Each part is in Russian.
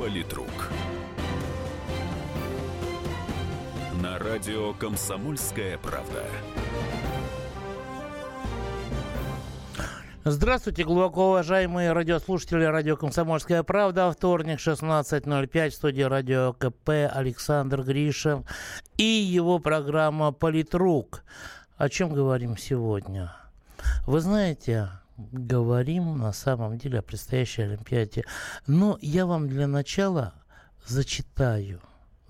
Политрук. На радио «Комсомольская правда». Здравствуйте, глубоко уважаемые радиослушатели радио «Комсомольская правда». Вторник, 16:05, студия радио КП, Александр Гришин и его программа «Политрук». О чем говорим сегодня? Вы знаете, говорим на самом деле о предстоящей Олимпиаде. Но я вам для начала зачитаю.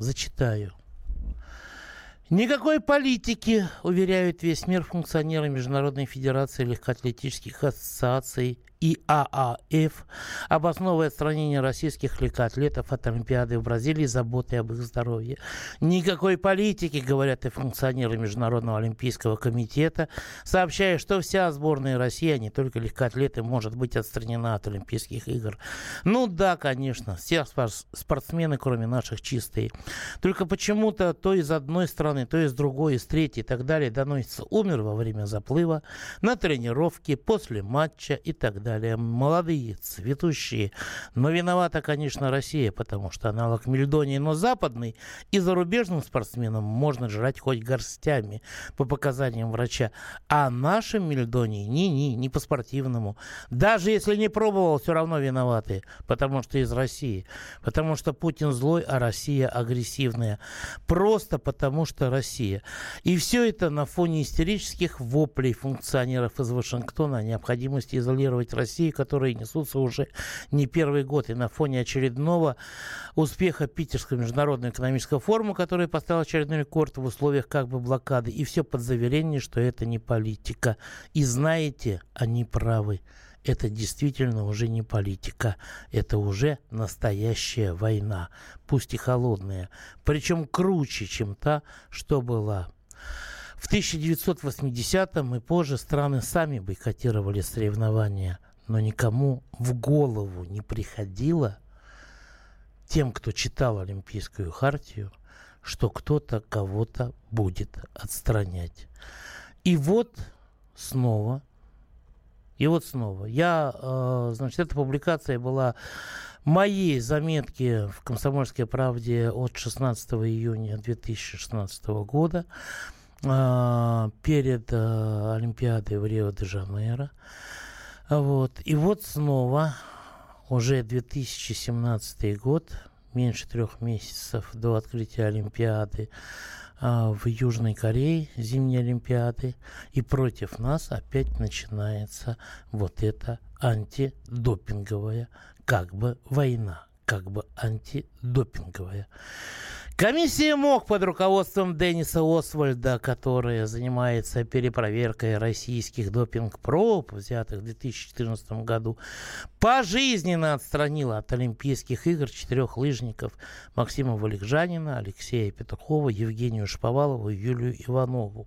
Никакой политики, уверяют весь мир функционеры Международной Федерации Легкоатлетических Ассоциаций ИААФ, обосновывая отстранение российских легкоатлетов от Олимпиады в Бразилии заботой об их здоровье. Никакой политики, говорят и функционеры Международного Олимпийского комитета, сообщая, что вся сборная России, а не только легкоатлеты, может быть отстранена от Олимпийских игр. Ну да, конечно, все спортсмены, кроме наших, чистые. Только почему-то то из одной страны, то из другой, из третьей и так далее доносится: умер во время заплыва, на тренировке, после матча и так далее. Молодые, цветущие. Но виновата, конечно, Россия, потому что аналог мельдонии, но западный, и зарубежным спортсменам можно жрать хоть горстями, по показаниям врача. А нашим мельдонии не по спортивному. Даже если не пробовал, все равно виноваты, потому что из России. Потому что Путин злой, а Россия агрессивная. Просто потому что Россия. И все это на фоне истерических воплей функционеров из Вашингтона о необходимости изолировать Россию, которые несутся уже не первый год. И на фоне очередного успеха Питерского международного экономического форума, который поставил очередной рекорд в условиях как бы блокады. И все под заверение, что это не политика. И знаете, они правы. Это действительно уже не политика. Это уже настоящая война. Пусть и холодная. Причем круче, чем та, что была. В 1980-м и позже страны сами бойкотировали соревнования. Но никому в голову не приходило, тем, кто читал Олимпийскую хартию, что кто-то кого-то будет отстранять. И вот снова. Эта публикация была моей заметки в «Комсомольской правде» от 16 июня 2016 года перед Олимпиадой в Рио-де-Жанейро. И вот снова, уже 2017 год, меньше 3 месяцев до открытия Олимпиады в Южной Корее, зимней Олимпиады, и против нас опять начинается вот эта антидопинговая как бы война, как бы антидопинговая. Комиссия МОК под руководством Денниса Освальда, которая занимается перепроверкой российских допинг-проб, взятых в 2014 году, пожизненно отстранила от Олимпийских игр 4 лыжников: Максима Валикжанина, Алексея Петухова, Евгению Шаповалову и Юлию Иванову.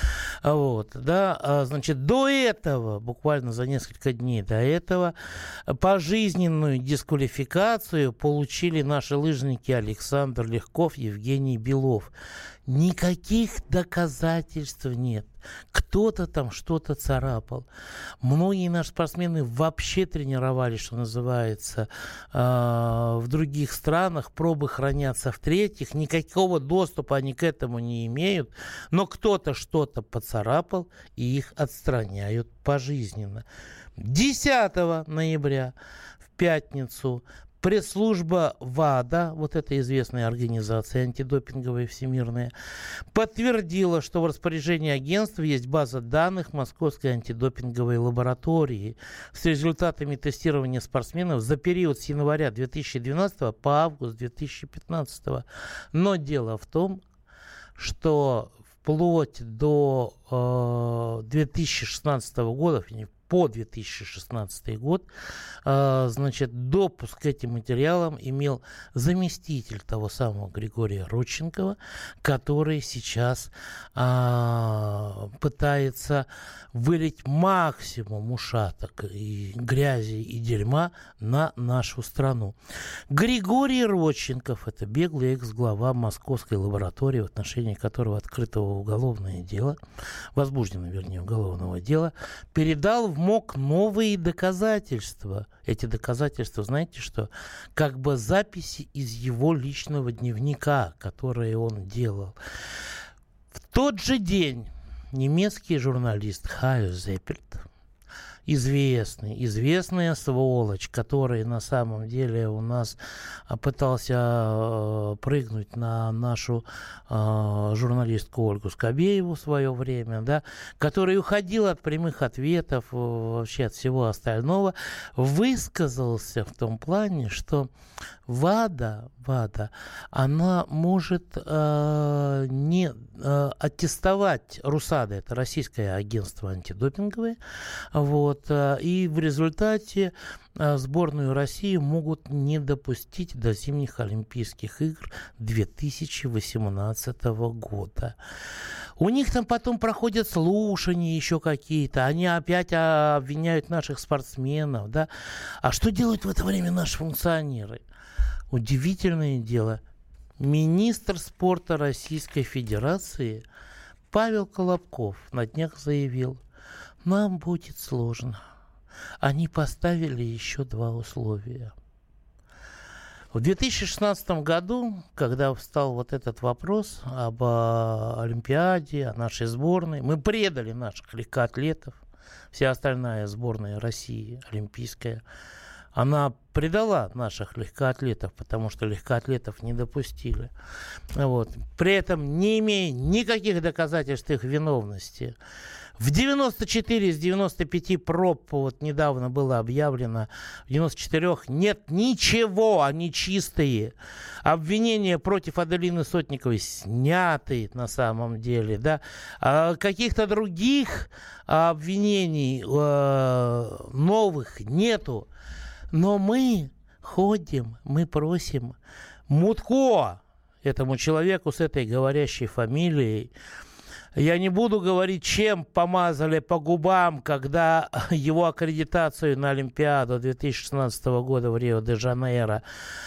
До этого, буквально за несколько дней до этого, пожизненную дисквалификацию получили наши лыжники Александр Легков, Евгений Белов. Никаких доказательств нет. Кто-то там что-то царапал. Многие наши спортсмены вообще тренировались, что называется, в других странах. Пробы хранятся в третьих. Никакого доступа они к этому не имеют. Но кто-то что-то поцарапал, и их отстраняют пожизненно. 10 ноября, в пятницу, пресс-служба ВАДА, вот эта известная организация антидопинговая всемирная, подтвердила, что в распоряжении агентства есть база данных Московской антидопинговой лаборатории с результатами тестирования спортсменов за период с января 2012 по август 2015. Но дело в том, что вплоть до 2016 года, по 2016 год, допуск к этим материалам имел заместитель того самого Григория Родченкова, который сейчас пытается вылить максимум ушаток и грязи и дерьма на нашу страну. Григорий Родченков — это беглый экс-глава Московской лаборатории, в отношении которого открыто уголовное дело, возбуждено, расследования уголовного дела, передал в МОК новые доказательства. Эти доказательства, знаете что? Как бы записи из его личного дневника, которые он делал. В тот же день немецкий журналист Хайо Зеппельд, известная сволочь, который на самом деле у нас пытался прыгнуть на нашу журналистку Ольгу Скобееву в свое время, да, который уходил от прямых ответов, вообще от всего остального, высказался в том плане, что ВАДА, она может не аттестовать РУСАДА, это российское агентство антидопинговое, вот, и в результате сборную России могут не допустить до зимних Олимпийских игр 2018 года. У них там потом проходят слушания еще какие-то, они опять обвиняют наших спортсменов, да. А что делают в это время наши функционеры? Удивительное дело. Министр спорта Российской Федерации Павел Колобков на днях заявил: нам будет сложно. Они поставили еще 2 условия. В 2016 году, когда встал вот этот вопрос об Олимпиаде, о нашей сборной, мы предали наших легкоатлетов, вся остальная сборная России, олимпийская, она предала наших легкоатлетов, потому что легкоатлетов не допустили. Вот. При этом не имея никаких доказательств их виновности. В 94 из 95 проб, вот недавно было объявлено, в 94 нет ничего, они чистые. Обвинения против Аделины Сотниковой сняты на самом деле, да. А каких-то других обвинений новых нету. Но мы ходим, мы просим Мутко, этому человеку с этой говорящей фамилией, я не буду говорить, чем помазали по губам, когда его аккредитацию на Олимпиаду 2016 года в Рио-де-Жанейро,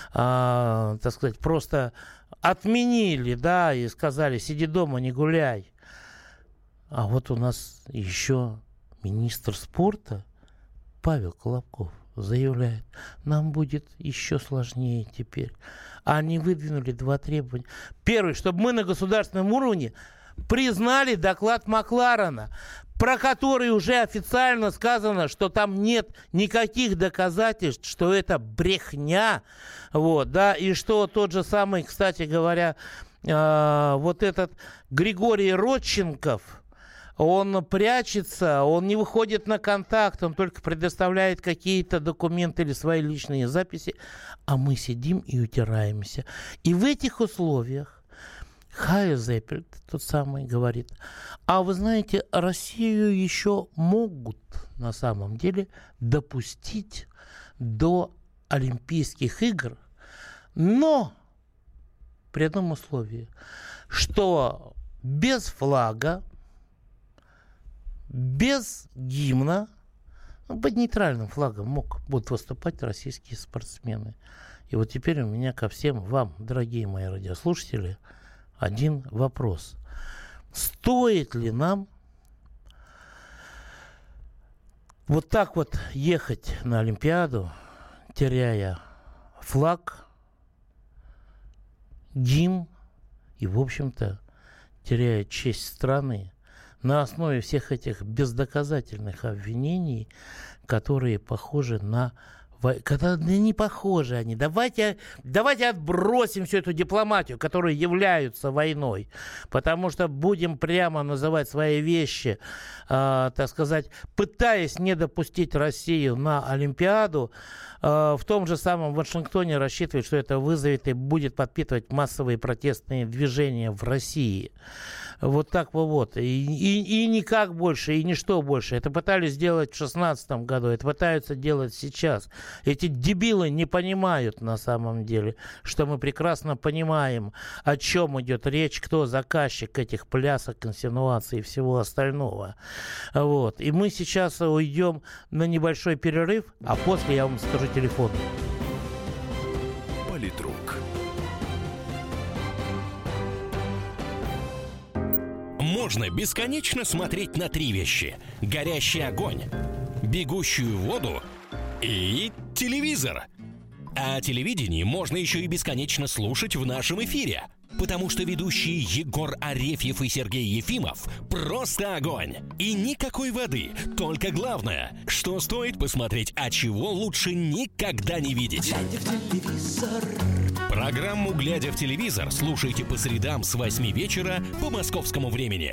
так сказать, просто отменили, да, и сказали: сиди дома, не гуляй. А вот у нас еще министр спорта Павел Колобков заявляет: нам будет еще сложнее теперь. Они выдвинули 2 требования. Первое, чтобы мы на государственном уровне признали доклад Макларена, про который уже официально сказано, что там нет никаких доказательств, что это брехня, вот, да, и что тот же самый, кстати говоря, вот этот Григорий Родченков, он прячется, он не выходит на контакт, он только предоставляет какие-то документы или свои личные записи, а мы сидим и утираемся. И в этих условиях Хайо Зеппельд, тот самый, говорит: а вы знаете, Россию еще могут на самом деле допустить до Олимпийских игр, но при одном условии, что без флага, без гимна, под нейтральным флагом будут выступать российские спортсмены. И вот теперь у меня ко всем вам, дорогие мои радиослушатели, один вопрос. Стоит ли нам вот так вот ехать на Олимпиаду, теряя флаг, гимн и, в общем-то, теряя честь страны, на основе всех этих бездоказательных обвинений, которые похожи на... не похожи они. Давайте отбросим всю эту дипломатию, которые являются войной. Потому что будем прямо называть свои вещи, так сказать, пытаясь не допустить Россию на Олимпиаду, в том же самом Вашингтоне рассчитывают, что это вызовет и будет подпитывать массовые протестные движения в России. Вот так вот. И никак больше, и ничто больше. Это пытались сделать в 2016 году, это пытаются делать сейчас. Эти дебилы не понимают на самом деле, что мы прекрасно понимаем, о чем идет речь, кто заказчик этих плясок, инсинуаций и всего остального. Вот. И мы сейчас уйдем на небольшой перерыв, а после я вам скажу телефон. Политрук. можно бесконечно смотреть на три вещи: горящий огонь, бегущую воду и телевизор. А телевидение можно еще и бесконечно слушать в нашем эфире, потому что ведущие Егор Арефьев и Сергей Ефимов просто огонь. И никакой воды, только главное, что стоит посмотреть, а чего лучше никогда не видеть. Глядя в телевизор. Программу «Глядя в телевизор» слушайте по средам с 8 вечера по московскому времени.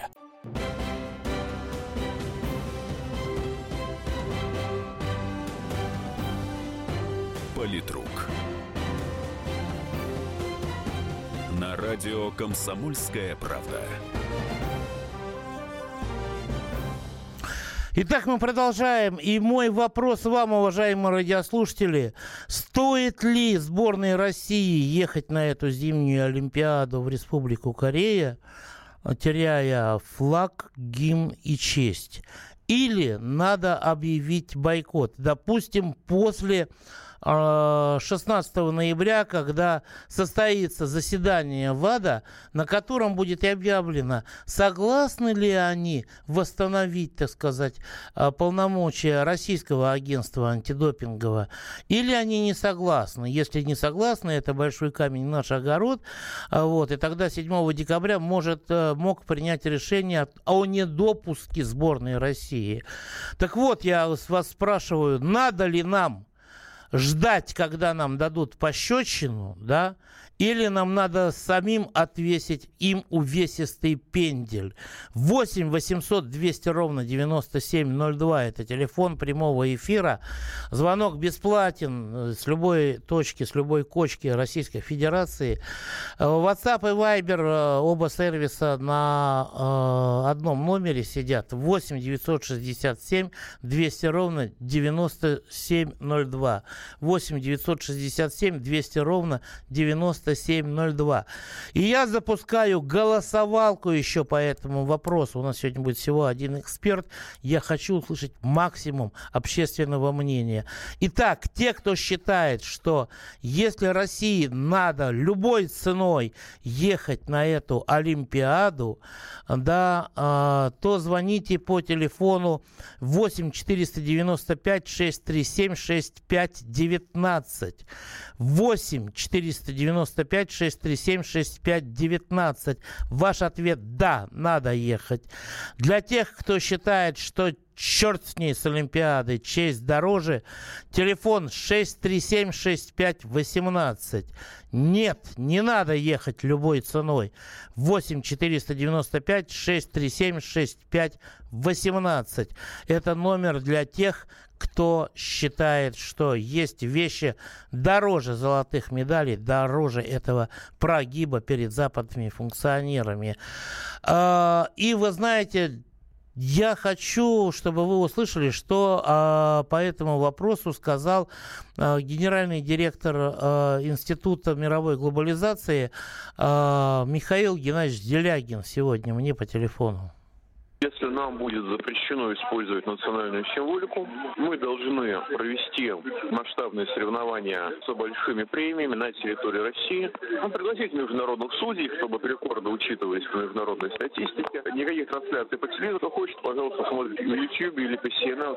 Политрук. На радио «Комсомольская правда». Итак, мы продолжаем. И мой вопрос вам, уважаемые радиослушатели. Стоит ли сборной России ехать на эту зимнюю Олимпиаду в Республику Корея, теряя флаг, гимн и честь? Или надо объявить бойкот? Допустим, после 16 ноября, когда состоится заседание ВАДА, на котором будет объявлено, согласны ли они восстановить, так сказать, полномочия Российского агентства антидопингового, или они не согласны. Если не согласны, это большой камень в наш огород. Вот, и тогда 7 декабря мог принять решение о недопуске сборной России. Так вот, я вас спрашиваю, надо ли нам ждать, когда нам дадут пощечину, да, или нам надо самим отвесить им увесистый пендель. 8 800 200 ровно 9702 – это телефон прямого эфира. Звонок бесплатен с любой точки, с любой кочки Российской Федерации. WhatsApp и Viber, оба сервиса на одном номере сидят. 8 967 200 ровно 9702. 8 967 200 ровно 9702. И я запускаю голосовалку еще по этому вопросу. У нас сегодня будет всего один эксперт. Я хочу услышать максимум общественного мнения. Итак, те, кто считает, что если России надо любой ценой ехать на эту Олимпиаду, да, то звоните по телефону 8 495 637 6519. 8 495 637 6519. Ваш ответ: да, надо ехать. Для тех, кто считает, что черт с ней, с Олимпиадой, честь дороже, телефон 637-6518. Нет, не надо ехать любой ценой. 8 495 637 6518. Это номер для тех, кто считает, что есть вещи дороже золотых медалей, дороже этого прогиба перед западными функционерами. И вы знаете, я хочу, чтобы вы услышали, что по этому вопросу сказал генеральный директор Института мировой глобализации Михаил Геннадьевич Делягин сегодня мне по телефону. Если нам будет запрещено использовать национальную символику, мы должны провести масштабные соревнования с большими премиями на территории России, пригласить международных судей, чтобы рекорды учитывались в международной статистике. Никаких трансляций по телевизору. Кто хочет, пожалуйста, смотрите на YouTube или по CNN.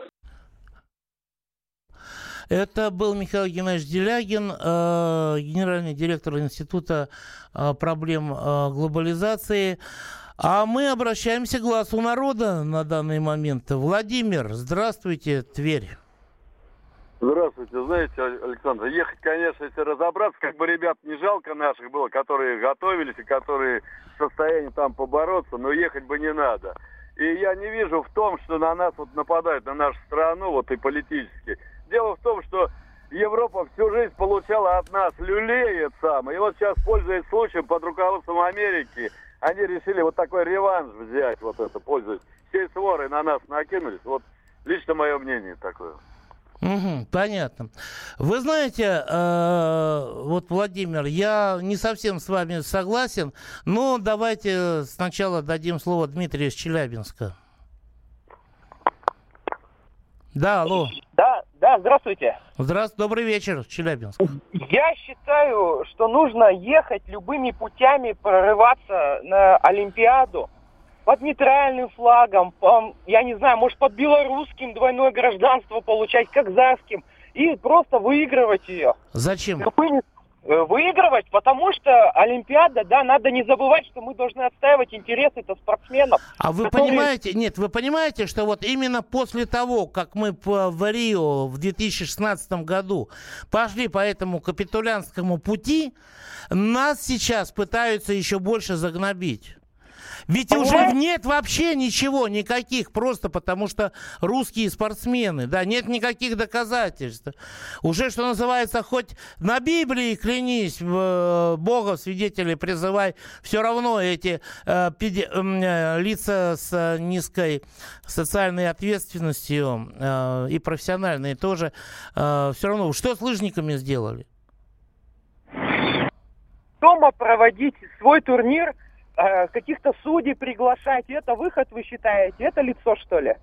Это был Михаил Геннадьевич Делягин, генеральный директор Института проблем глобализации. А мы обращаемся к голосу народа на данный момент. Владимир, здравствуйте, Тверь. Здравствуйте. Знаете, Александр, ехать, конечно, если разобраться, как бы ребят не жалко наших было, которые готовились и которые в состоянии там побороться, но ехать бы не надо. И я не вижу в том, что на нас вот нападают, на нашу страну, вот и политически. Дело в том, что Европа всю жизнь получала от нас люлей, это самое. И вот сейчас, пользуясь случаем, под руководством Америки, они решили вот такой реванш взять, вот это, пользуясь. Всей сворой на нас накинулись. Вот лично мое мнение такое. Понятно. Вы знаете, вот, Владимир, я не совсем с вами согласен, но давайте сначала дадим слово Дмитрию из Челябинска. Да, алло. Да, здравствуйте. Здравствуйте, добрый вечер, Челябинск. Я считаю, что нужно ехать любыми путями, прорываться на Олимпиаду. под нейтральным флагом, я не знаю, может под белорусским двойное гражданство получать, казахским, и просто выигрывать ее. Зачем? Выигрывать, потому что Олимпиада, да, надо не забывать, что мы должны отстаивать интересы-то спортсменов. А вы понимаете, вы понимаете, что вот именно после того, как мы в Рио в 2016 году пошли по этому капитулянскому пути, нас сейчас пытаются еще больше загнобить. Ведь уже нет вообще ничего, никаких, просто потому что русские спортсмены, да, нет никаких доказательств. Уже, что называется, хоть на Библии клянись, Бога в свидетели призывай, все равно эти лица с низкой социальной ответственностью и профессиональные тоже, все равно, что с лыжниками сделали? Дома проводить свой турнир, каких-то судей приглашать, это выход, вы считаете? Это лицо, что ли?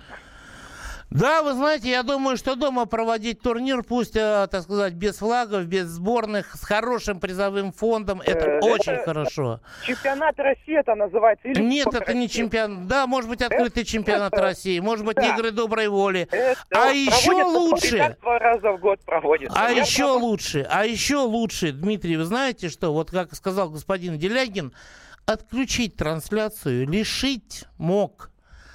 Да, вы знаете, я думаю, что дома проводить турнир, пусть, так сказать, без флагов, без сборных, с хорошим призовым фондом, это очень хорошо. Чемпионат России это называется? Или нет, это не чемпионат. Да, может быть, открытый чемпионат России, может быть, игры доброй воли. А еще лучше... 2 раза в год проводится. А еще лучше, Дмитрий, вы знаете что? Вот как сказал господин Делягин, отключить трансляцию, лишить МОК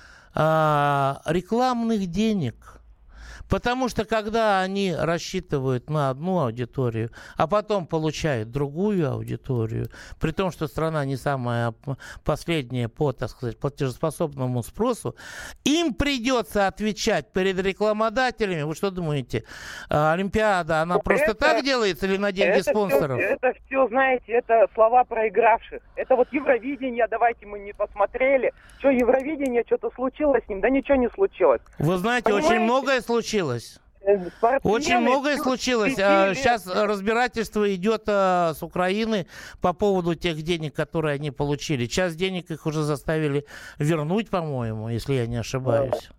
рекламных денег. Потому что когда они рассчитывают на одну аудиторию, а потом получают другую аудиторию, при том, что страна не самая последняя по, так сказать, платежеспособному спросу, им придется отвечать перед рекламодателями. Вы что думаете, Олимпиада, она просто так делается или на деньги спонсоров? Это все, знаете, это слова проигравших. Это вот Евровидение, давайте мы не посмотрели. Что Евровидение, что-то случилось с ним? Да ничего не случилось. Вы знаете, очень многое случилось. Очень многое случилось. Сейчас разбирательство идет с Украины по поводу тех денег, которые они получили. Часть денег их уже заставили вернуть, по-моему, если я не ошибаюсь.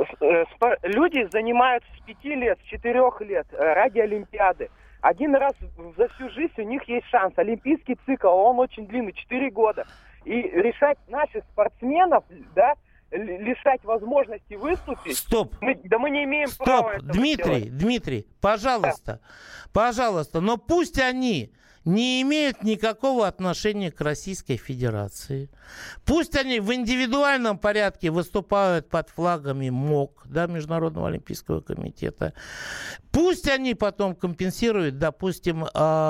Люди занимаются с 5 лет, с 4 лет ради Олимпиады. Один раз за всю жизнь у них есть шанс. Олимпийский цикл, он очень длинный, 4 года. И решать наших спортсменов, да, лишать возможности выступить. Стоп. Мы не имеем права этого делать. Дмитрий, пожалуйста, но пусть они не имеют никакого отношения к Российской Федерации. Пусть они в индивидуальном порядке выступают под флагами МОК, да, Международного Олимпийского комитета. Пусть они потом компенсируют, допустим,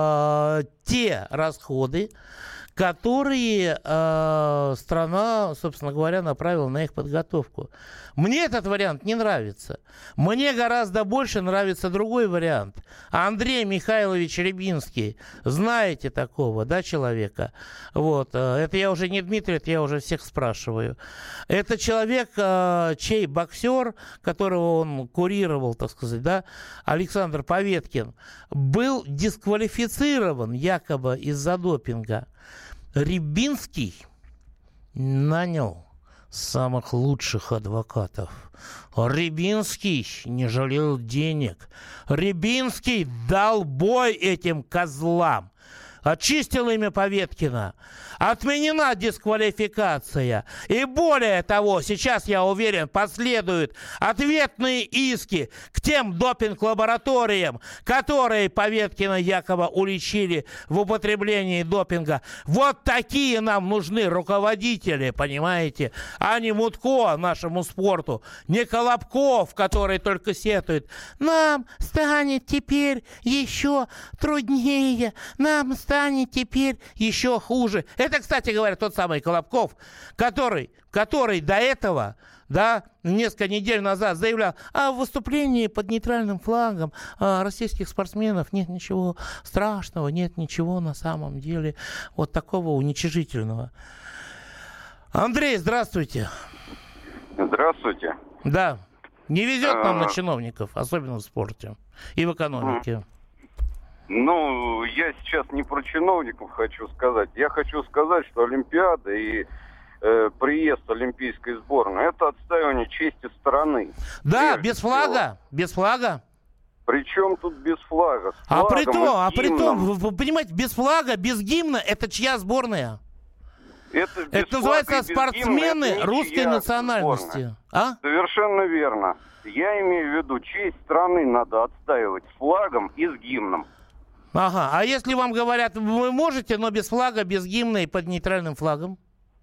те расходы, которые страна, собственно говоря, направила на их подготовку. Мне этот вариант не нравится. Мне гораздо больше нравится другой вариант. Андрей Михайлович Рябинский, знаете такого, да, человека? Вот. Это я уже не Дмитрий, это я уже всех спрашиваю. Это человек, чей боксер, которого он курировал, так сказать, да, Александр Поветкин, был дисквалифицирован якобы из-за допинга. Рябинский нанял самых лучших адвокатов. Рябинский не жалел денег. Рябинский дал бой этим козлам. Очистил имя Поветкина. Отменена дисквалификация. И более того, сейчас, я уверен, последуют ответные иски к тем допинг-лабораториям, которые Поветкина якобы уличили в употреблении допинга. Вот такие нам нужны руководители, понимаете? А не Мутко нашему спорту, не Колобков, который только сетует. Нам станет теперь еще труднее, нам станет теперь еще хуже. Это, кстати говоря, тот самый Колобков, который до этого, да, несколько недель назад заявлял о выступлении под нейтральным флагом российских спортсменов. Нет ничего страшного, нет ничего на самом деле вот такого уничижительного. Андрей, здравствуйте. Здравствуйте. Да, не везет нам на чиновников, особенно в спорте и в экономике. Ну, я сейчас не про чиновников хочу сказать. Я хочу сказать, что Олимпиада и приезд олимпийской сборной – это отстаивание чести страны. Да, без флага, без флага. Причем тут без флага? А при том, вы понимаете, без флага, без гимна – это чья сборная? Это называется спортсмены русской национальности. А? Совершенно верно. Я имею в виду, честь страны надо отстаивать с флагом и с гимном. Ага, а если вам говорят, вы можете, но без флага, без гимна и под нейтральным флагом?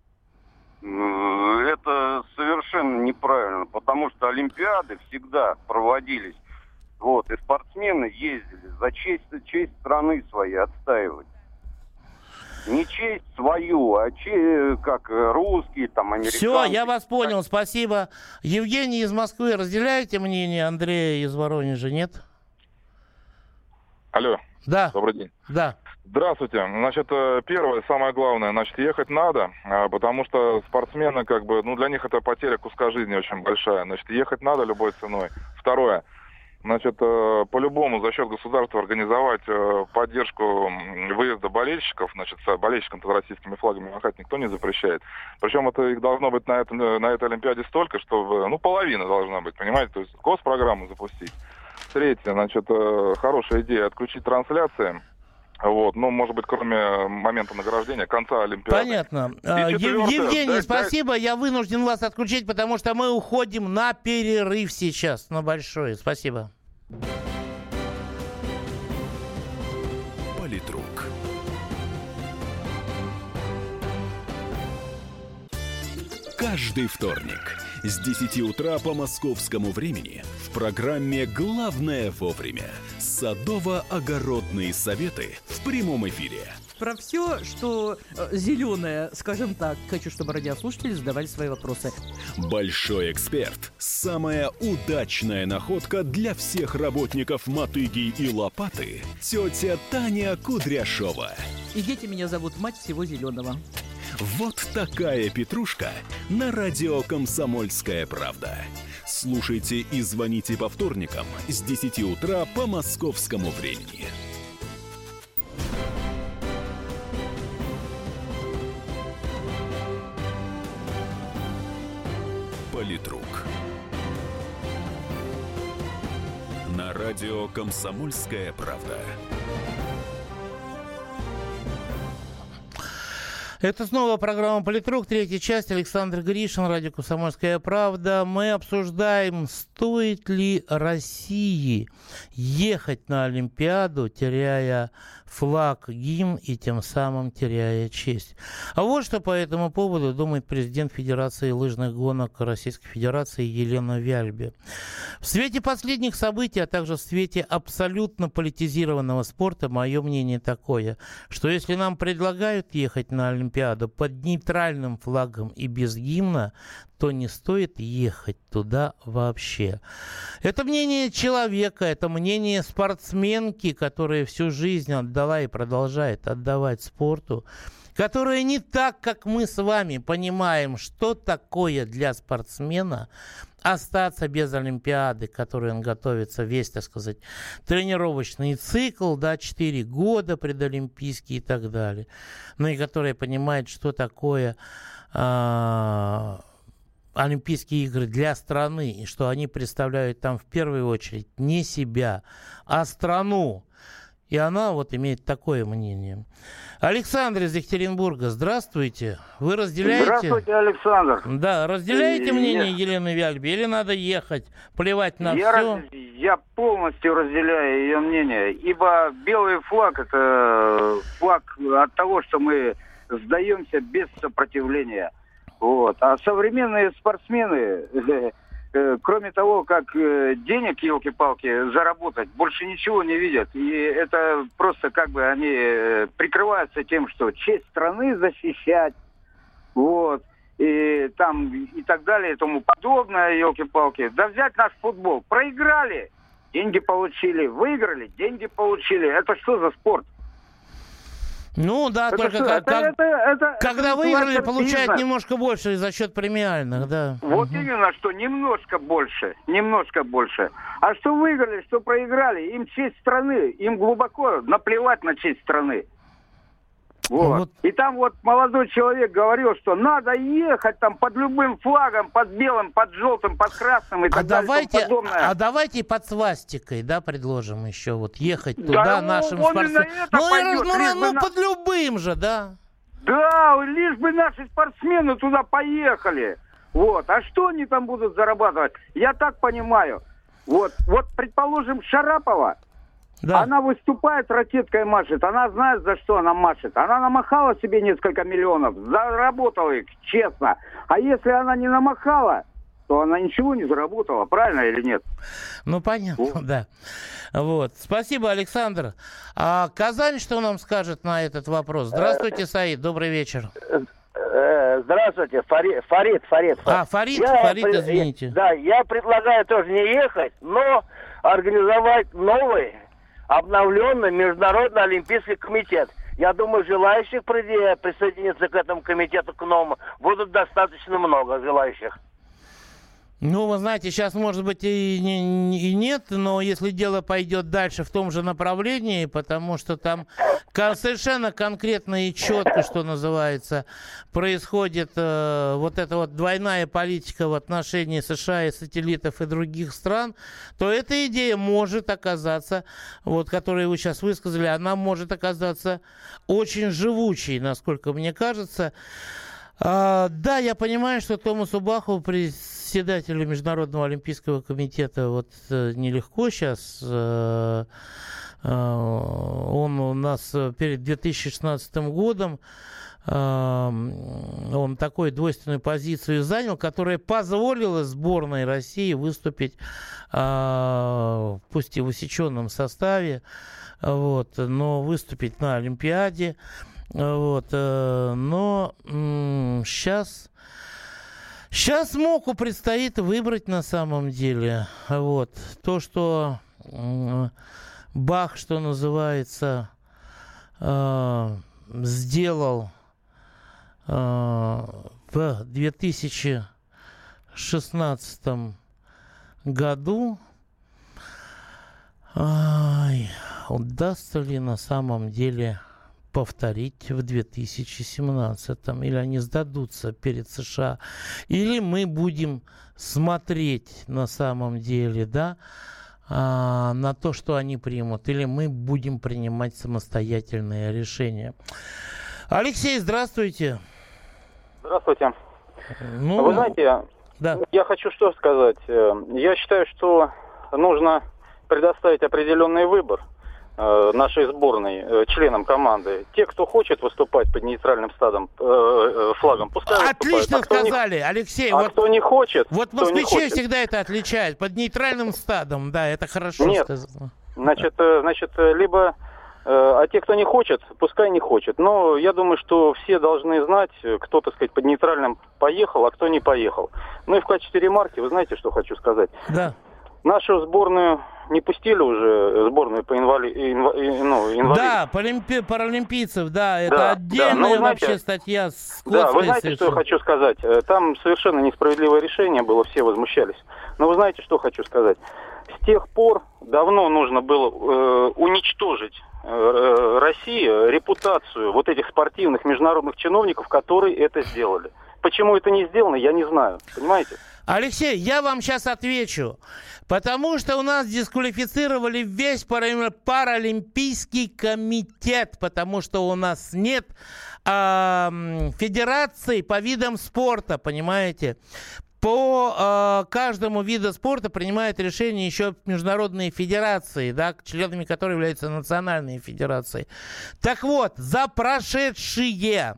Это совершенно неправильно, потому что Олимпиады всегда проводились. Вот, и спортсмены ездили за честь страны своей отстаивать. Не честь свою, а как русские, там, американцы. Все, я вас понял, спасибо. Евгений из Москвы, разделяете мнение Андрея из Воронежа, нет? Алло. Да. Добрый день. Да. Здравствуйте. Значит, первое, самое главное, значит, ехать надо, потому что спортсмены, как бы, ну, для них это потеря куска жизни очень большая. Значит, ехать надо любой ценой. Второе, значит, по-любому за счет государства организовать поддержку выезда болельщиков, значит, с болельщиками-то российскими флагами махать никто не запрещает. Причем это их должно быть на этой Олимпиаде столько, что, ну, половина должна быть, понимаете, то есть госпрограмму запустить. Третье, значит, хорошая идея отключить трансляции. Вот, ну, может быть, кроме момента награждения, конца Олимпиады. Понятно. Евгений, спасибо. Я вынужден вас отключить, потому что мы уходим на перерыв сейчас. На большой. Спасибо. Политрук. Каждый вторник с 10 утра по московскому времени в программе «Главное вовремя» садово-огородные советы в прямом эфире. Про все, что зеленое, скажем так, хочу, чтобы радиослушатели задавали свои вопросы. Большой эксперт. Самая удачная находка для всех работников мотыги и лопаты. Тетя Таня Кудряшова. И дети меня зовут мать всего зеленого. Вот такая петрушка на радио «Комсомольская правда». Слушайте и звоните по вторникам с 10 утра по московскому времени. Политрук. На радио «Комсомольская правда». Это снова программа «Политрук», третья часть. Александр Гришин, радио «Комсомольская правда». Мы обсуждаем, стоит ли России ехать на Олимпиаду, теряя флаг, гимн и тем самым теряя честь. А вот что по этому поводу думает президент Федерации лыжных гонок Российской Федерации Елена Вяльбе. В свете последних событий, а также в свете абсолютно политизированного спорта, мое мнение такое, что если нам предлагают ехать на Олимпиаду под нейтральным флагом и без гимна, то не стоит ехать туда вообще. Это мнение человека, это мнение спортсменки, которая всю жизнь отдала и продолжает отдавать спорту, которая не так, как мы с вами понимаем, что такое для спортсмена остаться без Олимпиады, к которой он готовится весь, так сказать, тренировочный цикл, да, 4 года предолимпийские и так далее. Ну и которая понимает, что такое Олимпийские игры для страны, и что они представляют там в первую очередь не себя, а страну. И она вот имеет такое мнение. Александр из Екатеринбурга, здравствуйте. Вы разделяете? Здравствуйте, Александр. Да, разделяете мнение Елены Вяльбе или надо ехать, плевать на все? Я полностью разделяю ее мнение, ибо белый флаг – это флаг от того, что мы сдаемся без сопротивления. Вот. А современные спортсмены, кроме того, как денег, елки-палки, заработать, больше ничего не видят. И это просто как бы они прикрываются тем, что честь страны защищать, вот, и там и так далее, и тому подобное, елки-палки. Да взять наш футбол. Проиграли, деньги получили, выиграли, деньги получили. Это что за спорт? Ну да, это только когда выиграли, получают немножко больше за счет премиальных, да. Вот именно, что немножко больше. А что выиграли, что проиграли, им честь страны, им глубоко наплевать на честь страны. Вот. И там вот молодой человек говорил, что надо ехать там под любым флагом, под белым, под желтым, под красным и так далее. А давайте под свастикой, да, предложим еще вот ехать туда нашим спортсменам. Ну, под любым же, да. Да, лишь бы наши спортсмены туда поехали. Вот. А что они там будут зарабатывать? Я так понимаю. Вот предположим, Шарапова, да. Она выступает, ракеткой машет. Она знает, за что она машет. Она намахала себе несколько миллионов, заработала их, честно. А если она не намахала, то она ничего не заработала, правильно или нет? Ну, понятно, да. Вот. Спасибо, Александр. А Казань что нам скажет на этот вопрос? Здравствуйте, Саид, добрый вечер. Здравствуйте, Фарид. Фарид, извините. Да, я предлагаю тоже не ехать, но организовать новый, обновленный Международный Олимпийский комитет. Я думаю, желающих присоединиться к этому комитету, к новому, будут достаточно много желающих. Ну, вы знаете, сейчас, может быть, и нет, но если дело пойдет дальше в том же направлении, потому что там совершенно конкретно и четко, что называется, происходит вот эта вот двойная политика в отношении США и сателлитов и других стран, то эта идея может оказаться, вот, которую вы сейчас высказали, она может оказаться очень живучей, насколько мне кажется. Да, я понимаю, что Томасу Баху, председателю Международного Олимпийского комитета, вот нелегко сейчас. Он у нас перед 2016 годом, он такую двойственную позицию занял, которая позволила сборной России выступить, пусть и в усеченном составе, вот, но выступить на Олимпиаде. Вот, но сейчас МОКу предстоит выбрать на самом деле. Вот, то, что Бах, что называется, сделал в 2016 году, удастся ли на самом деле повторить в 2017-м, или они сдадутся перед США, или мы будем смотреть на самом деле, да, на то, что они примут, или мы будем принимать самостоятельные решения. Алексей, здравствуйте. Здравствуйте. Вы знаете, да. Я хочу что сказать. Я считаю, что нужно предоставить определенный выбор нашей сборной, членам команды. Те, кто хочет выступать под нейтральным флагом, пускай отлично выступают. Алексей. Алексей, вот, кто не хочет, вот москвичи всегда это отличают. Под нейтральным стадом, да, это хорошо сказано. Значит, либо... А те, кто не хочет, пускай не хочет. Но я думаю, что все должны знать, кто, так сказать, под нейтральным поехал, а кто не поехал. Ну и в качестве ремарки, вы знаете, что хочу сказать? Да. Нашу сборную не пустили уже, сборную по инвалидам. Да, паралимпийцев, да, это отдельная вообще статья с скотской. Да, вы знаете, что я хочу сказать? Там совершенно несправедливое решение было, все возмущались. Но вы знаете, что хочу сказать? С тех пор давно нужно было уничтожить России репутацию вот этих спортивных международных чиновников, которые это сделали. Почему это не сделано, я не знаю. Понимаете? Алексей, я вам сейчас отвечу. Потому что у нас дисквалифицировали весь паралимпийский комитет, потому что у нас нет федерации по видам спорта, понимаете? По каждому виду спорта принимают решения еще международные федерации, да, членами которых являются национальные федерации. Так вот, за прошедшие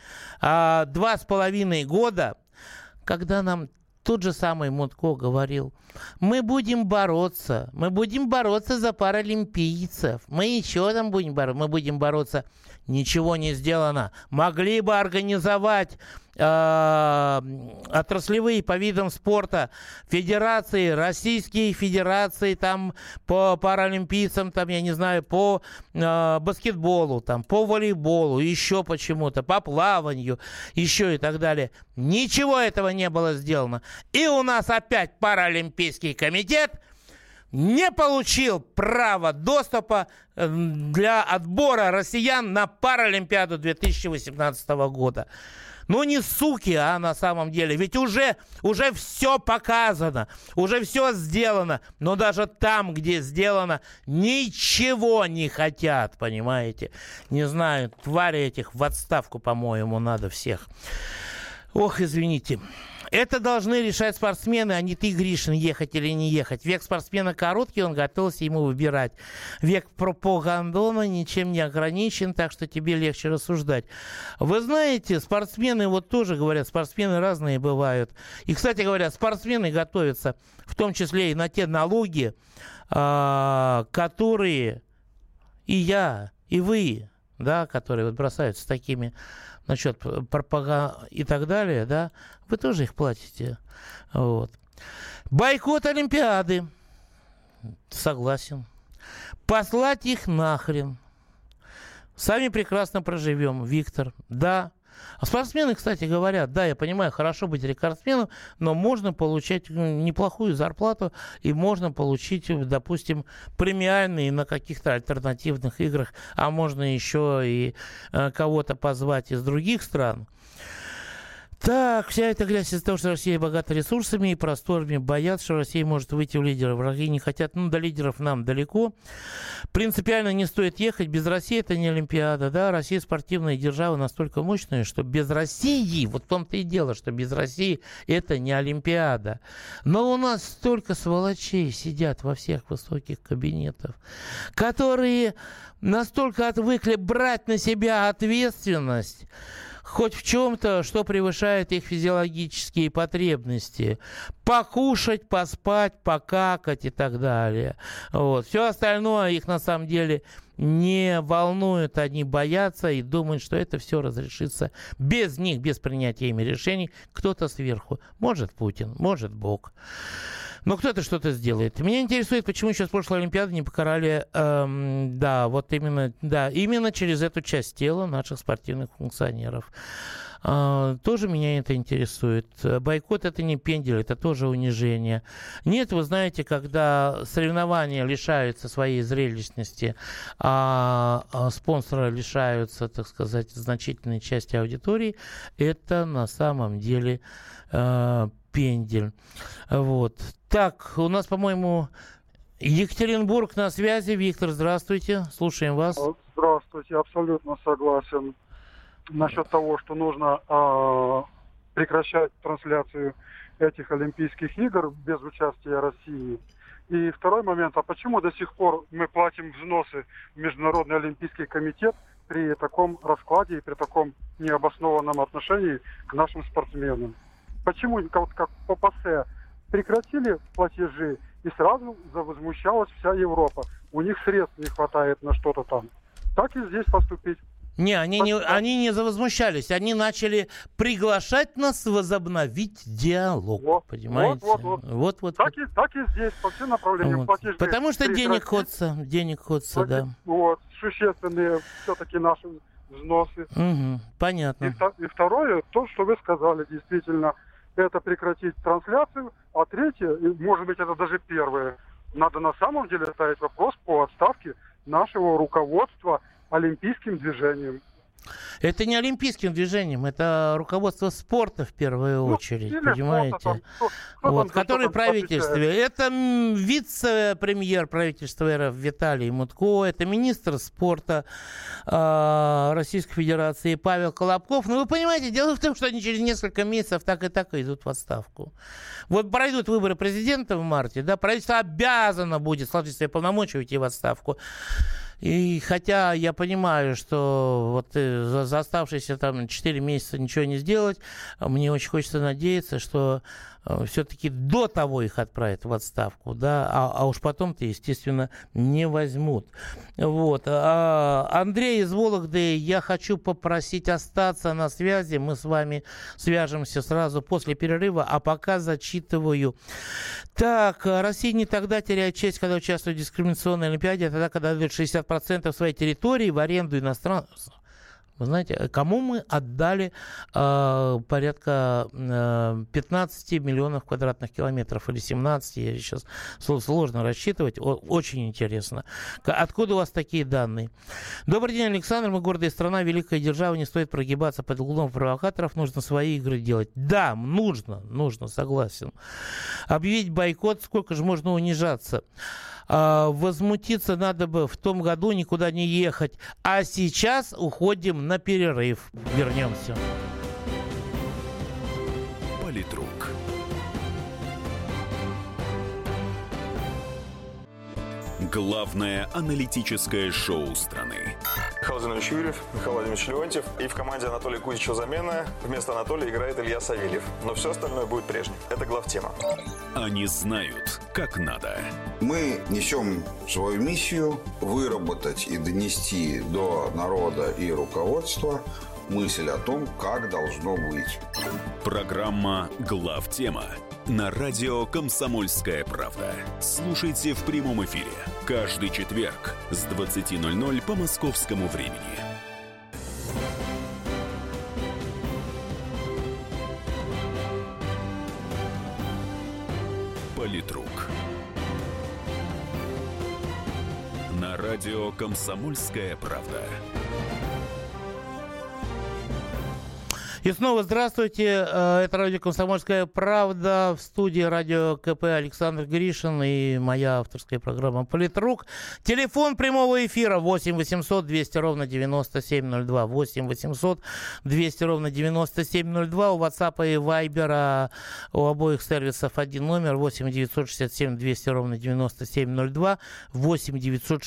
2,5 года, когда нам тот же самый Мутко говорил, мы будем бороться за паралимпийцев, мы еще там будем бороться, мы будем бороться. Ничего не сделано. Могли бы организовать отраслевые по видам спорта федерации, российские федерации там по паралимпийцам, там, я не знаю, по баскетболу, там, по волейболу, еще почему-то, по плаванию, еще и так далее. Ничего этого не было сделано. И у нас опять паралимпийский комитет не получил права доступа для отбора россиян на Паралимпиаду 2018 года. Ну, не суки, а на самом деле. Ведь уже все показано, уже все сделано. Но даже там, где сделано, ничего не хотят, понимаете? Не знаю, твари этих в отставку, по-моему, надо всех. Ох, извините. Это должны решать спортсмены, а не ты, Гришин, ехать или не ехать. Век спортсмена короткий, он готовился ему выбирать. Век пропагандона ничем не ограничен, так что тебе легче рассуждать. Вы знаете, спортсмены, вот тоже говорят, спортсмены разные бывают. И, кстати говоря, спортсмены готовятся, в том числе и на те налоги, которые и я, и вы, да, которые вот бросаются такими насчет пропаганды и так далее, да, вы тоже их платите. Вот. Бойкот Олимпиады. Согласен. Послать их нахрен. Сами прекрасно проживем, Виктор. Да. А спортсмены, кстати, говорят, да, я понимаю, хорошо быть рекордсменом, но можно получать неплохую зарплату и можно получить, допустим, премиальные на каких-то альтернативных играх, а можно еще и кого-то позвать из других стран. Так, вся эта грязь из-за того, что Россия богата ресурсами и просторами, боятся, что Россия может выйти в лидеры. Враги не хотят, до лидеров нам далеко. Принципиально не стоит ехать. Без России это не Олимпиада, да. Россия спортивная держава настолько мощная, что без России, вот в том-то и дело, что без России это не Олимпиада. Но у нас столько сволочей сидят во всех высоких кабинетах, которые настолько отвыкли брать на себя ответственность, хоть в чем-то, что превышает их физиологические потребности. Покушать, поспать, покакать и так далее. Вот. Все остальное их на самом деле не волнует. Они боятся и думают, что это все разрешится без них, без принятия ими решений. Кто-то сверху. Может Путин, может Бог. Но кто-то что-то сделает. Меня интересует, почему еще с прошлой Олимпиады не покарали, именно через эту часть тела наших спортивных функционеров. Тоже меня это интересует. Бойкот — это не пендель, это тоже унижение. Нет, вы знаете, когда соревнования лишаются своей зрелищности, а спонсоры лишаются, так сказать, значительной части аудитории, это на самом деле пендель. Вот. Так, у нас, по-моему, Екатеринбург на связи. Виктор, здравствуйте. Слушаем вас. Здравствуйте. Абсолютно согласен насчет того, что нужно прекращать трансляцию этих Олимпийских игр без участия России. И второй момент. А почему до сих пор мы платим взносы в Международный Олимпийский комитет при таком раскладе и при таком необоснованном отношении к нашим спортсменам? Почему, как по ПАСЕ, прекратили платежи, и сразу завозмущалась вся Европа? У них средств не хватает на что-то там. Так и здесь поступить. Они не завозмущались, они начали приглашать нас возобновить диалог, понимаете? Вот. Так и здесь, по всем направлениям. Вот. Потому что денег ходится, да. Вот, существенные все-таки наши взносы. Угу, понятно. И второе, то, что вы сказали, действительно, это прекратить трансляцию. А третье, может быть, это даже первое, надо на самом деле ставить вопрос по отставке нашего руководства олимпийским движением. Это не олимпийским движением, это руководство спорта в первую очередь, понимаете? Который в правительстве. Это вице-премьер правительства РФ Виталий Мутко, это министр спорта Российской Федерации Павел Колобков. Но вы понимаете, дело в том, что они через несколько месяцев так и идут в отставку. Вот пройдут выборы президента в марте, да, правительство обязано будет сложить свои полномочия уйти в отставку. И хотя я понимаю, что вот за оставшиеся там 4 месяца ничего не сделать, мне очень хочется надеяться, что все-таки до того их отправят в отставку, да, а уж потом-то, естественно, не возьмут. Вот. Андрей из Вологды, я хочу попросить остаться на связи, мы с вами свяжемся сразу после перерыва, а пока зачитываю. Так, Россия не тогда теряет честь, когда участвует в дискриминационной Олимпиаде, а тогда, когда дает 60% своей территории в аренду иностранцам. Вы знаете, кому мы отдали порядка 15 миллионов квадратных километров или 17, я сейчас сложно рассчитывать, очень интересно. Откуда у вас такие данные? Добрый день, Александр, мы гордая страна, великая держава, не стоит прогибаться под углом провокаторов, нужно свои игры делать. Да, нужно, согласен. Объявить бойкот, сколько же можно унижаться? Возмутиться надо бы в том году, никуда не ехать. А сейчас уходим на перерыв. Вернемся. Политрук. Главное аналитическое шоу страны. Михаил Зинович Юрьев, Михаил Владимирович Леонтьев. И в команде Анатолия Кузичева замена. Вместо Анатолия играет Илья Савельев. Но все остальное будет прежним. Это главтема. Они знают, как надо. Мы несем свою миссию выработать и донести до народа и руководства мысль о том, как должно быть. Программа «Главтема» на радио «Комсомольская правда». Слушайте в прямом эфире каждый четверг с 20:00 по московскому времени. Политрук. На радио «Комсомольская правда». И снова здравствуйте. Это радио «Комсомольская правда». В студии радио КП Александр Гришин и моя авторская программа «Политрук». Телефон прямого эфира 8 800 200 ровно 9702. 8 800 200 ровно 9702. У WhatsApp и Viber у обоих сервисов один номер. 8 967 200 ровно 9702. 8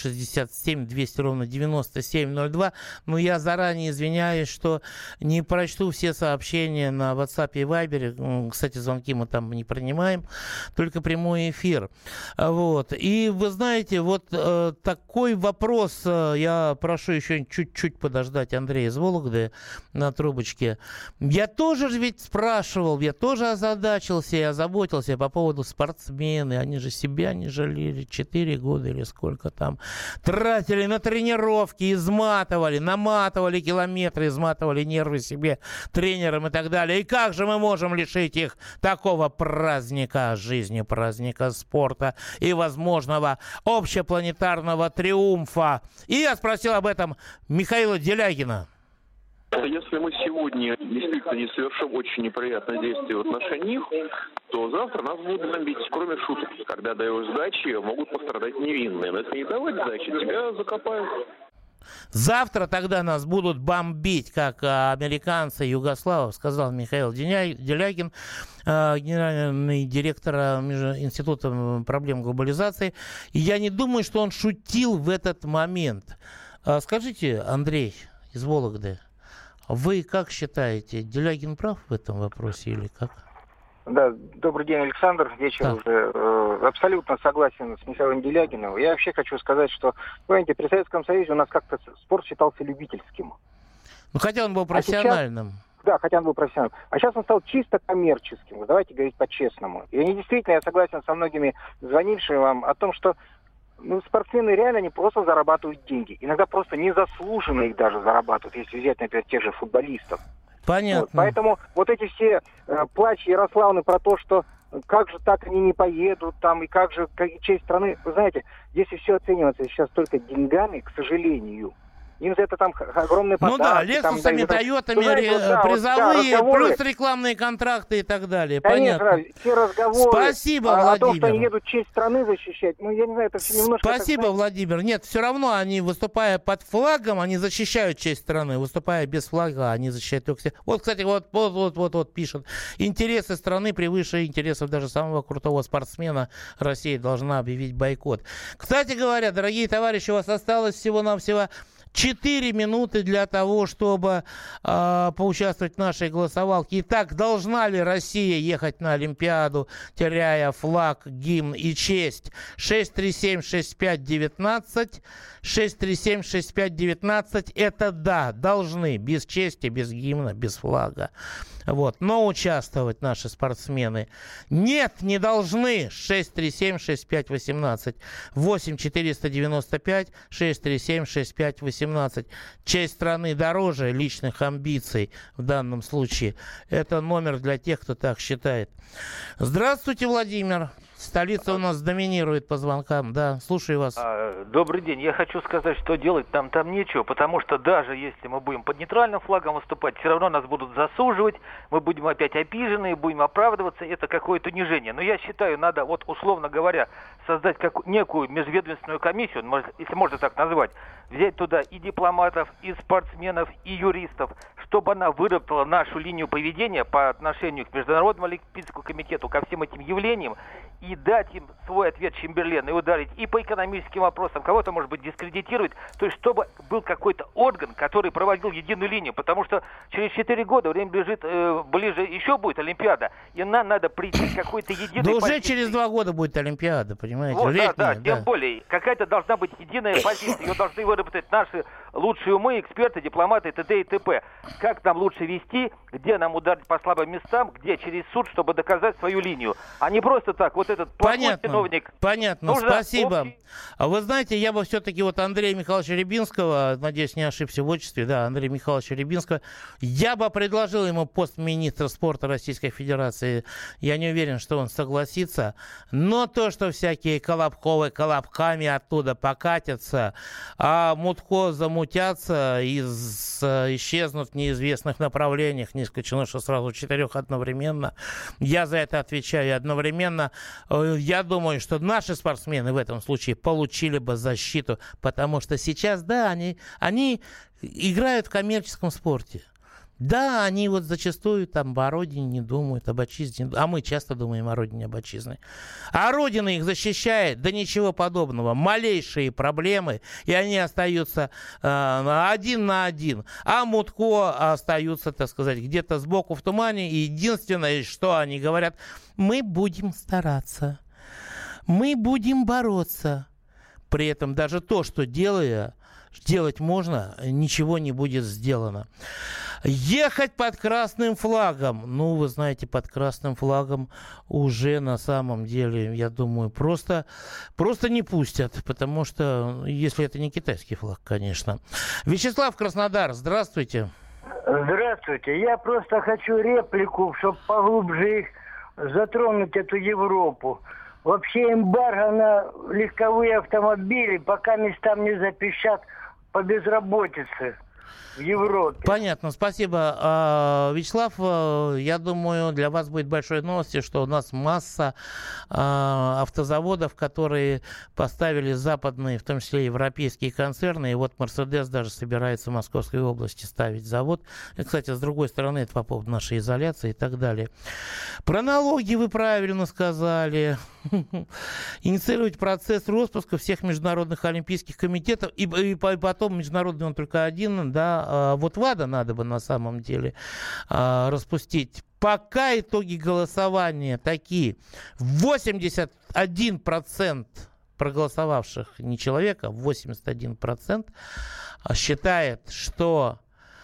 967 200 ровно 9702. Но я заранее извиняюсь, что не прочту все сообщения на WhatsApp и Viber. Кстати, звонки мы там не принимаем, только прямой эфир. Вот. И вы знаете, вот такой вопрос, я прошу еще чуть-чуть подождать Андрея из Вологды на трубочке. Я тоже ведь спрашивал, я тоже озадачился и озаботился по поводу спортсмены. Они же себя не жалели, 4 года или сколько там. Тратили на тренировки, изматывали, наматывали километры, изматывали нервы себе, тренерам и так далее. И как же мы можем лишить их такого праздника жизни, праздника спорта и возможного общепланетарного триумфа? И я спросил об этом Михаила Делягина. Если мы сегодня действительно не совершим очень неприятное действие в отношении них, то завтра нас будут бомбить, кроме шуток. Когда даешь сдачи, могут пострадать невинные. Но если не давать сдачи, тебя закопают. Завтра тогда нас будут бомбить, как американцы, югославов, сказал Михаил Делягин, генеральный директор Института проблем глобализации. И я не думаю, что он шутил в этот момент. Скажите, Андрей из Вологды, вы как считаете, Делягин прав в этом вопросе или как? Да, добрый день, Александр. Вечер уже. Абсолютно согласен с Михаилом Делягиным. Я вообще хочу сказать, что, понимаете, при Советском Союзе у нас как-то спорт считался любительским. Ну, хотя он был профессиональным. Да, хотя он был профессиональным. А сейчас он стал чисто коммерческим. Давайте говорить по-честному. И они действительно, я согласен со многими звонившими вам о том, что спортсмены реально не просто зарабатывают деньги. Иногда просто незаслуженно их даже зарабатывают, если взять, например, тех же футболистов. Понятно. Вот, поэтому вот эти все плачи Ярославны про то, что как же так они не поедут там, и как же честь страны. Вы знаете, если все оценивается сейчас только деньгами, к сожалению, им за это там огромные подарки. Ну да, Лексусами, Тойотами, призовые, плюс рекламные контракты и так далее. Конечно, понятно. Все разговоры Спасибо, Владимир. о том, что они едут честь страны защищать, я не знаю, это все немножко... Спасибо, Владимир. Нет, все равно они, выступая под флагом, они защищают честь страны. Выступая без флага, они защищают только себя. Вот, кстати, вот пишет. Интересы страны превыше интересов даже самого крутого спортсмена. Россия должна объявить бойкот. Кстати говоря, дорогие товарищи, у вас осталось всего-навсего 4 минуты для того, чтобы поучаствовать в нашей голосовалке. Итак, должна ли Россия ехать на Олимпиаду, теряя флаг, гимн и честь? 637-6519. 637-6519. Это да, должны. Без чести, без гимна, без флага. Вот. Но участвовать наши спортсмены не должны. 637-6518. 8-495-637-6518. Честь страны дороже личных амбиций в данном случае. Это номер для тех, кто так считает. Здравствуйте, Владимир. Столица у нас доминирует по звонкам. Да, слушаю вас. Добрый день. Я хочу сказать, что делать там нечего, потому что даже если мы будем под нейтральным флагом выступать, все равно нас будут засуживать, мы будем опять обижены, будем оправдываться. Это какое-то унижение. Но я считаю, надо, вот условно говоря, создать некую межведомственную комиссию, если можно так назвать, взять туда и дипломатов, и спортсменов, и юристов, чтобы она выработала нашу линию поведения по отношению к Международному олимпийскому комитету, ко всем этим явлениям, и дать им свой ответ Чемберлен, и ударить и по экономическим вопросам, кого-то, может быть, дискредитировать, то есть чтобы был какой-то орган, который проводил единую линию, потому что через 4 года время ближе еще будет Олимпиада, и нам надо прийти к какой-то единой позиции. Да уже позиции. через 2 года будет Олимпиада, понимаете? Вот, летняя, тем более. Какая-то должна быть единая позиция, ее должны выработать наши лучшие умы, эксперты, дипломаты, т.д. и т.п. Как нам лучше вести, где нам ударить по слабым местам, где через суд, чтобы доказать свою линию. А не просто так, вот этот плохой чиновник. Понятно, спасибо. А вы знаете, я бы все-таки вот Андрея Михайловича Рябинского, надеюсь, не ошибся в отчестве, да, Андрея Михайловича Рябинского, я бы предложил ему пост министра спорта Российской Федерации. Я не уверен, что он согласится. Но то, что всякие Колобковы колобками оттуда покатятся, а Мутко замутятся и исчезнут в неизвестных направлениях, не исключено, что сразу 4 одновременно, я за это отвечаю одновременно. Я думаю, что наши спортсмены в этом случае получили бы защиту, потому что сейчас, да, они играют в коммерческом спорте. Да, они вот зачастую там о родине не думают, об отчизне, а мы часто думаем о родине, об отчизне. А родина их защищает, да ничего подобного. Малейшие проблемы, и они остаются один на один. А Мутко остаются, так сказать, где-то сбоку в тумане. И единственное, что они говорят, мы будем стараться, мы будем бороться. При этом даже то, что делать можно, ничего не будет сделано. Ехать под красным флагом. Ну, вы знаете, под красным флагом уже на самом деле, я думаю, просто не пустят. Потому что, если это не китайский флаг, конечно. Вячеслав, Краснодар, здравствуйте. Здравствуйте. Я просто хочу реплику, чтобы поглубже их затронуть, эту Европу. Вообще эмбарго на легковые автомобили, пока местам не запищат по безработице в Европе. Понятно, спасибо. Вячеслав, я думаю, для вас будет большой новостью, что у нас масса автозаводов, которые поставили западные, в том числе европейские концерны, и вот Мерседес даже собирается в Московской области ставить завод. И, кстати, с другой стороны, это по поводу нашей изоляции и так далее. Про налоги вы правильно сказали. Инициировать процесс распуска всех международных олимпийских комитетов, и потом международный он только один, да, вот ВАДА надо бы на самом деле распустить. Пока итоги голосования такие: 81% проголосовавших не человека, 81% считает, что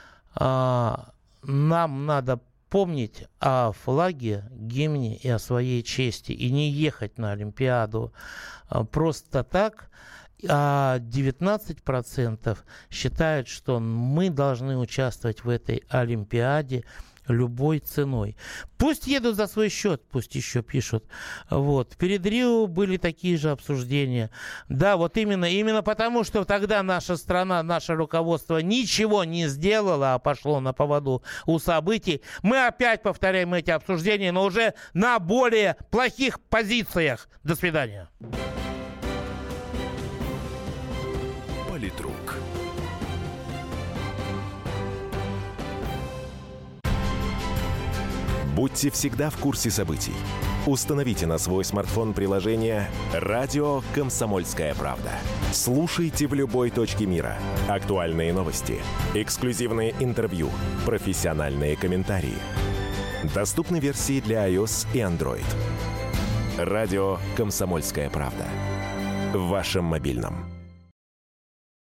нам надо помнить о флаге, гимне и о своей чести, и не ехать на Олимпиаду просто так. А 19% считают, что мы должны участвовать в этой Олимпиаде любой ценой. Пусть едут за свой счет, пусть еще пишут. Вот. Перед Рио были такие же обсуждения. Да, вот именно потому, что тогда наша страна, наше руководство ничего не сделало, а пошло на поводу у событий. Мы опять повторяем эти обсуждения, но уже на более плохих позициях. До свидания. Политрук. Будьте всегда в курсе событий. Установите на свой смартфон приложение «Радио Комсомольская правда». Слушайте в любой точке мира. Актуальные новости, эксклюзивные интервью, профессиональные комментарии. Доступны версии для iOS и Android. «Радио Комсомольская правда». В вашем мобильном.